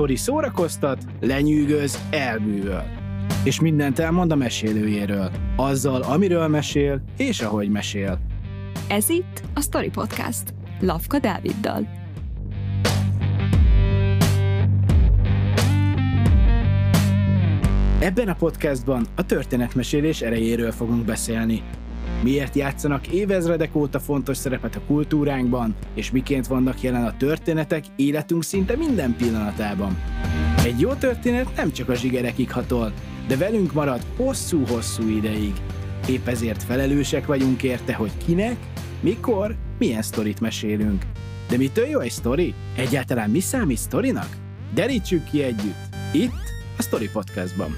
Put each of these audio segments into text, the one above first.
sztori szórakoztat, lenyűgöz, elbűvöl. És mindent elmond a mesélőjéről. Azzal, amiről mesél, és ahogy mesél. Ez itt a Story Podcast. Lavka Dáviddal. Ebben a podcastban a történetmesélés erejéről fogunk beszélni. Miért játszanak évezredek óta fontos szerepet a kultúránkban, és miként vannak jelen a történetek életünk szinte minden pillanatában. Egy jó történet nem csak a zsigerekig hatol, de velünk marad hosszú-hosszú ideig. Épp ezért felelősek vagyunk érte, hogy kinek, mikor, milyen sztorit mesélünk. De mitől jó egy sztori? Egyáltalán mi számít sztorinak? Derítsük ki együtt, itt a Story Podcastban.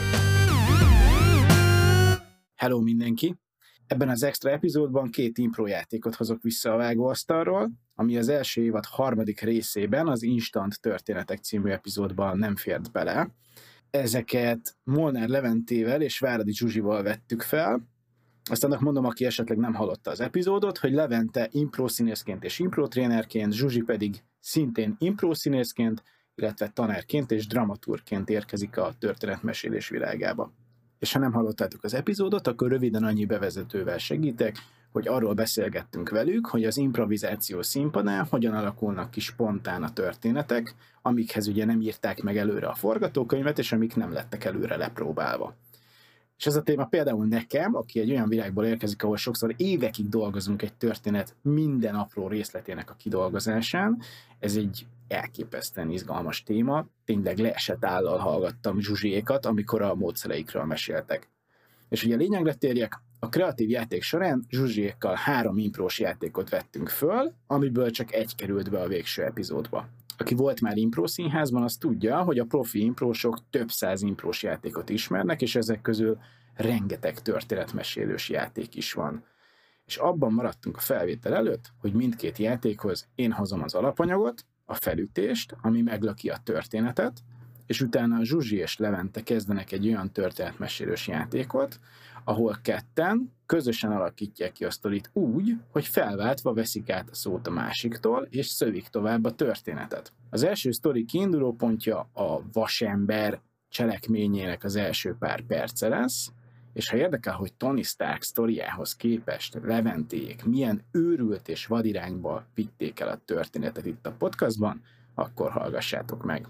Hello mindenki! Ebben az extra epizódban 2 impro játékot hozok vissza a vágóasztalról, ami az első évad 3. részében, az Instant Történetek című epizódban nem fért bele. Ezeket Molnár Leventével és Váradi Zsuzsival vettük fel. Azt annak mondom, aki esetleg nem hallotta az epizódot, hogy Levente impro színészként és impro trénerként, Zsuzsi pedig szintén impro színészként, illetve tanárként és dramaturgként érkezik a történetmesélés világába. És ha nem hallottátok az epizódot, akkor röviden annyi bevezetővel segítek, hogy arról beszélgettünk velük, hogy az improvizáció színpadán hogyan alakulnak ki spontán a történetek, amikhez ugye nem írták meg előre a forgatókönyvet, és amik nem lettek előre lepróbálva. És ez a téma például nekem, aki egy olyan világból érkezik, ahol sokszor évekig dolgozunk egy történet minden apró részletének a kidolgozásán, ez egy elképesztően izgalmas téma, tényleg leesett állal hallgattam Zsuzsiékat, amikor a módszereikről meséltek. És ugye lényegre térjek, a kreatív játék során Zsuzsiékkal 3 imprós játékot vettünk föl, amiből csak 1 került be a végső epizódba. Aki volt már impro színházban, az tudja, hogy a profi imprósok több 100 imprós játékot ismernek, és ezek közül rengeteg történetmesélős játék is van. És abban maradtunk a felvétel előtt, hogy mindkét játékhoz én hozom az alapanyagot, a felütést, ami meglöki a történetet, és utána a Zsuzsi és Levente kezdenek egy olyan történetmesélős játékot, ahol ketten közösen alakítják ki a sztorit úgy, hogy felváltva veszik át a szót a másiktól, és szövik tovább a történetet. Az első sztori kiindulópontja a vasember cselekményének az első pár perce lesz, és ha érdekel, hogy Tony Stark sztoriához képest Leventéjék milyen őrült és vadirányba vitték el a történetet itt a podcastban, akkor hallgassátok meg.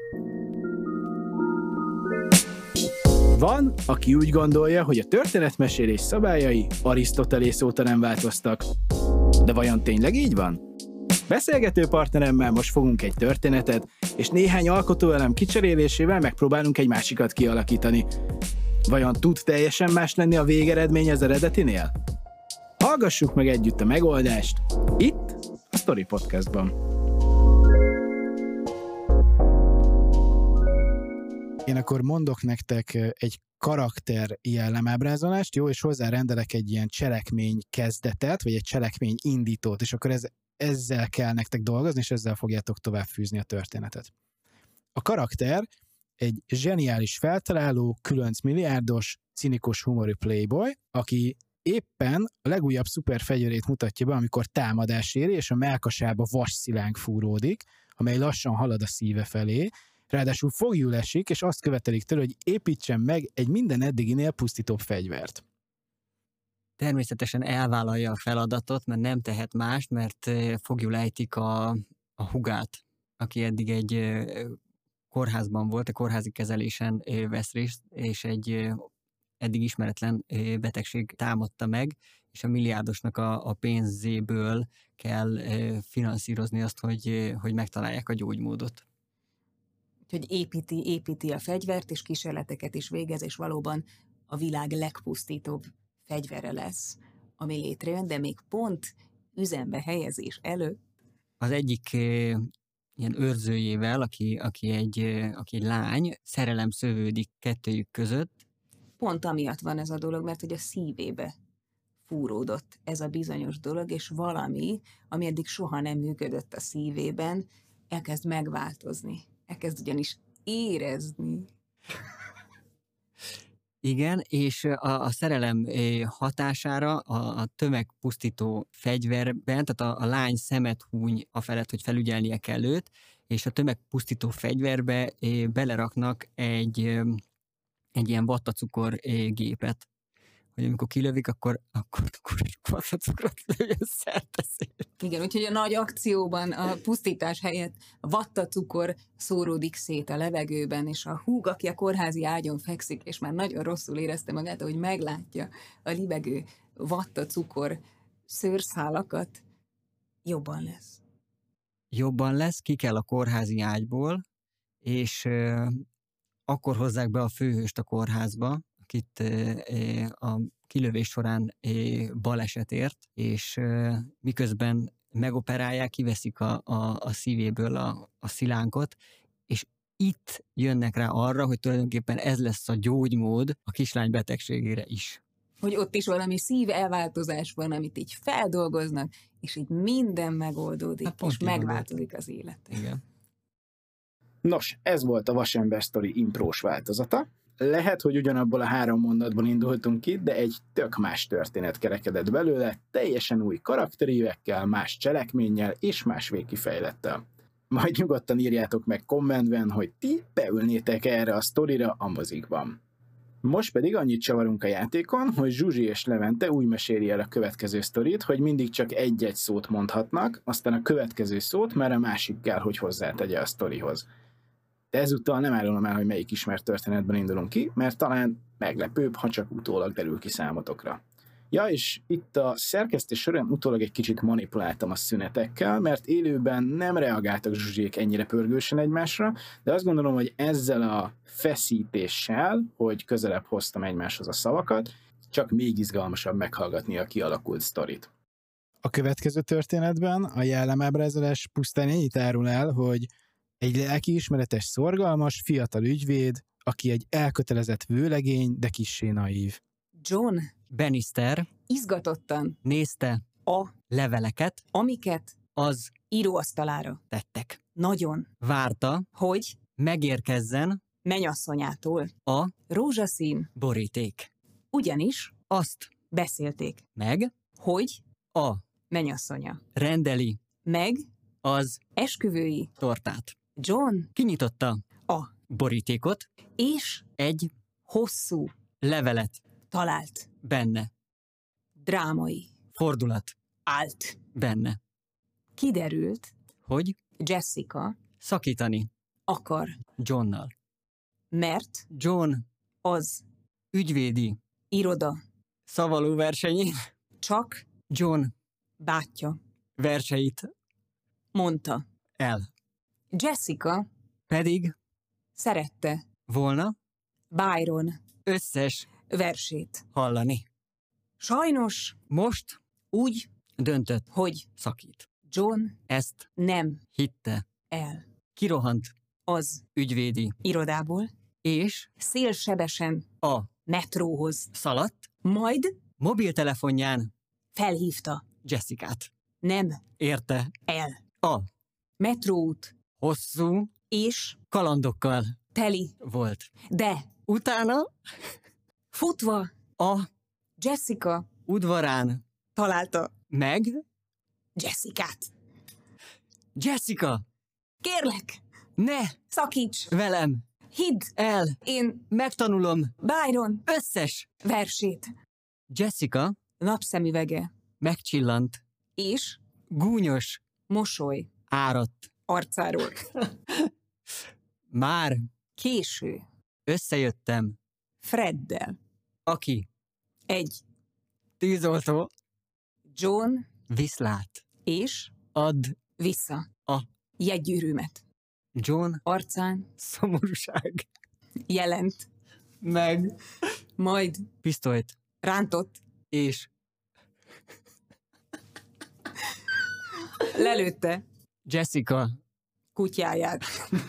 Van, aki úgy gondolja, hogy a történetmesélés szabályai Arisztotelész óta nem változtak. De vajon tényleg így van? Beszélgető partneremmel most fogunk egy történetet, és néhány alkotóelem kicserélésével megpróbálunk egy másikat kialakítani. Vajon tud teljesen más lenni a végeredmény az eredetinél? Hallgassuk meg együtt a megoldást, itt a Story Podcastban. Én akkor mondok nektek egy karakter jellemábrázolást, jó, és hozzárendelek egy ilyen cselekmény kezdetet, vagy egy cselekmény indítót, és akkor ezzel kell nektek dolgozni, és ezzel fogjátok tovább fűzni a történetet. A karakter egy zseniális feltaláló, különc milliárdos, cinikus humorú playboy, aki éppen a legújabb szuperfegyverét mutatja be, amikor támadás éri, és a mellkasába vasszilánk fúródik, amely lassan halad a szíve felé, ráadásul foglyul esik, és azt követelik tőle, hogy építsen meg egy minden eddiginél pusztítóbb fegyvert. Természetesen elvállalja a feladatot, mert nem tehet mást, mert foglyul ejtik a hugát, aki eddig egy kórházban volt, a kórházi kezelésen vesz részt, és egy eddig ismeretlen betegség támadta meg, és a milliárdosnak a pénzéből kell finanszírozni azt, hogy megtalálják a gyógymódot. Hogy építi a fegyvert, és kísérleteket is végez, és valóban a világ legpusztítóbb fegyvere lesz, ami létrejön, de még pont üzembe helyezés előtt. Az egyik ilyen őrzőjével, aki egy lány, szerelem szövődik kettőjük között. Pont amiatt van ez a dolog, mert hogy a szívébe fúródott ez a bizonyos dolog, és valami, ami eddig soha nem működött a szívében, elkezd megváltozni. Elkezd ugyanis érezni. Igen, és a szerelem hatására a tömegpusztító fegyverben, tehát a lány szemet húny afelett, hogy felügyelnie kell őt, és a tömegpusztító fegyverbe beleraknak egy ilyen vattacukor gépet, hogy amikor kilövik, akkor vattacukrot lőjön szerte-szét. Igen, úgyhogy a nagy akcióban a pusztítás helyett a vattacukor szóródik szét a levegőben, és a húg, aki a kórházi ágyon fekszik, és már nagyon rosszul érezte magát, ahogy meglátja a libegő vattacukor szőrszálakat, jobban lesz. Jobban lesz, ki kell a kórházi ágyból, és akkor hozzák be a főhőst a kórházba, akit a kilövés során baleset ért, és miközben megoperálják, kiveszik a szívéből a szilánkot, és itt jönnek rá arra, hogy tulajdonképpen ez lesz a gyógymód a kislány betegségére is. Hogy ott is valami szív elváltozás van, amit így feldolgoznak, és így minden megoldódik, és megváltozik az élete. Igen. Nos, ez volt a Vasember Sztori imprós változata. Lehet, hogy ugyanabból a 3 mondatból indultunk ki, de egy tök más történet kerekedett belőle, teljesen új karakterívekkel, más cselekménnyel és más végkifejlettel. Majd nyugodtan írjátok meg kommentben, hogy ti beülnétek erre a sztorira a mozikban. Most pedig annyit csavarunk a játékon, hogy Zsuzsi és Levente úgy meséli el a következő sztorit, hogy mindig csak egy-egy szót mondhatnak, aztán a következő szót már a másik kell, hogy hozzátegye a sztorihoz. De ezúttal nem árulom el, hogy melyik ismert történetben indulunk ki, mert talán meglepőbb, ha csak utólag derül ki számotokra. Ja, és itt a szerkesztés során utólag egy kicsit manipuláltam a szünetekkel, mert élőben nem reagáltak Zsuzsiék ennyire pörgősen egymásra, de azt gondolom, hogy ezzel a feszítéssel, hogy közelebb hoztam egymáshoz a szavakat, csak még izgalmasabb meghallgatni a kialakult sztorit. A következő történetben a jellemábrázolás pusztán ennyit árul el, hogy egy lelkiismeretes, szorgalmas, fiatal ügyvéd, aki egy elkötelezett vőlegény, de kissé naív. John Bannister izgatottan nézte a leveleket, amiket az íróasztalára tettek. nagyon Várta, hogy megérkezzen mennyasszonyától a rózsaszín, boríték. ugyanis Azt beszélték, meg hogy a mennyasszonya rendeli meg az esküvői tortát. John Kinyitotta a borítékot, és egy hosszú levelet talált benne, drámai fordulat állt. benne, Kiderült, hogy Jessica szakítani akar, Johnnal. mert John az ügyvédi iroda szavaló versenyén csak John bátyja verseit mondta. el. Jessica Pedig szerette volna Byron összes versét. hallani. Sajnos Most úgy, döntött, hogy szakít. John Ezt nem hitte. el Kirohant az ügyvédi, irodából, és szélsebesen a metróhoz, szaladt majd mobiltelefonján felhívta. Jessicát. Nem Érte el. a Metróút hosszú és kalandokkal teli, volt. de Utána futva a Jessica udvarán találta meg Jessicát. Jessica, Kérlek, ne szakíts, velem hidd, el, én megtanulom Byron összes. versét. Jessica Napszemüvege megcsillant, és gúnyos mosoly áradt. arcáról. Már Késő összejöttem, Freddel aki egy tűzoltó John viszlát és ad vissza a jegygyűrűmet. John Arcán szomorúság jelent, meg majd pisztolyt rántott, és lelőtte Jessica kutyáját.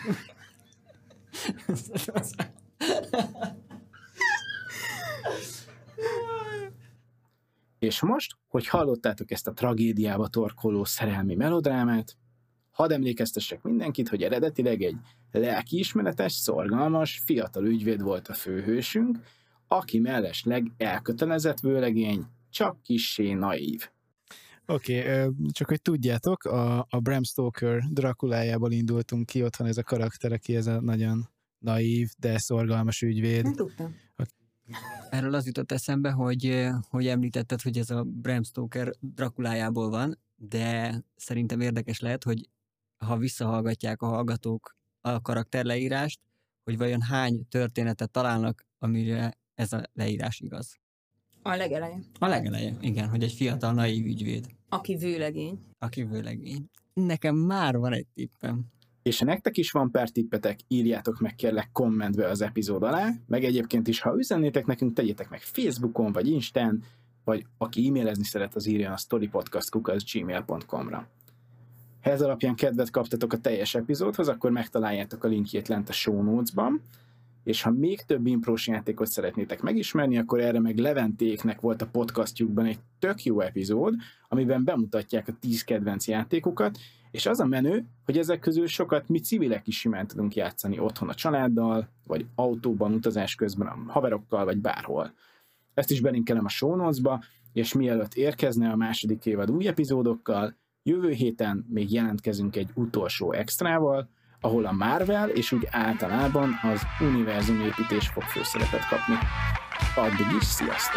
És most, hogy hallottátok ezt a tragédiába torkoló szerelmi melodrámát, hadd emlékeztessek mindenkit, hogy eredetileg egy lelkiismeretes, szorgalmas, fiatal ügyvéd volt a főhősünk, aki mellesleg elkötelezett vőlegény, csak kissé naív. Oké, csak hogy tudjátok, a Bram Stoker Draculájából indultunk ki, ott van ez a karakter, aki ez a nagyon naív, de szorgalmas ügyvéd. Nem tudtam. Erről az jutott eszembe, hogy említetted, hogy ez a Bram Stoker Draculájából van, de szerintem érdekes lehet, hogy ha visszahallgatják a hallgatók a karakterleírást, hogy vajon hány történetet találnak, amire ez a leírás igaz. A legeleje. A legeleje, igen, hogy egy fiatal naív ügyvéd. Aki vőlegény. Aki vőlegény. Nekem már van egy tippem. És ha nektek is van pár tippetek, írjátok meg kérlek kommentbe az epizód alá, meg egyébként is, ha üzennétek nekünk, tegyétek meg Facebookon, vagy Instán, vagy aki e-mailezni szeret, az írjon a storypodcast@gmail.com-ra. Ha ez alapján kedvet kaptatok a teljes epizódhoz, akkor megtaláljátok a linkjét lent a show notes-ban, és ha még több imprós játékot szeretnétek megismerni, akkor erre meg Leventéknek volt a podcastjukban egy tök jó epizód, amiben bemutatják a 10 kedvenc játékokat, és az a menő, hogy ezek közül sokat mi civilek is simán tudunk játszani otthon a családdal, vagy autóban, utazás közben a haverokkal, vagy bárhol. Ezt is belinkelem a show notes-ba, és mielőtt érkezne a második évad új epizódokkal, jövő héten még jelentkezünk egy utolsó extrával, ahol a Marvel és úgy általában az univerzumépítés fog főszerepet kapni. Addig is sziasztok!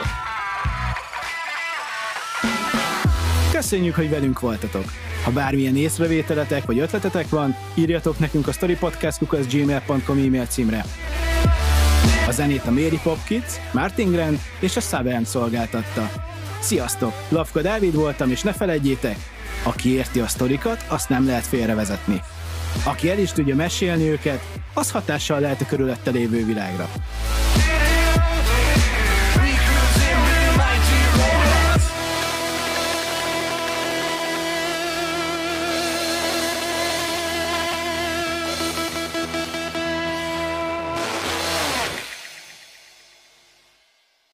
Köszönjük, hogy velünk voltatok! Ha bármilyen észrevételetek vagy ötletetek van, írjatok nekünk a storypodcast@gmail.com e-mail címre. A zenét a Mary Pop Kids, Martin Grant és a Savern szolgáltatta. Sziasztok! Lavka Dávid voltam, és ne feledjétek, aki érti a sztorikat, azt nem lehet félrevezetni. Aki el is tudja mesélni őket, az hatással lehet a körülötte lévő világra.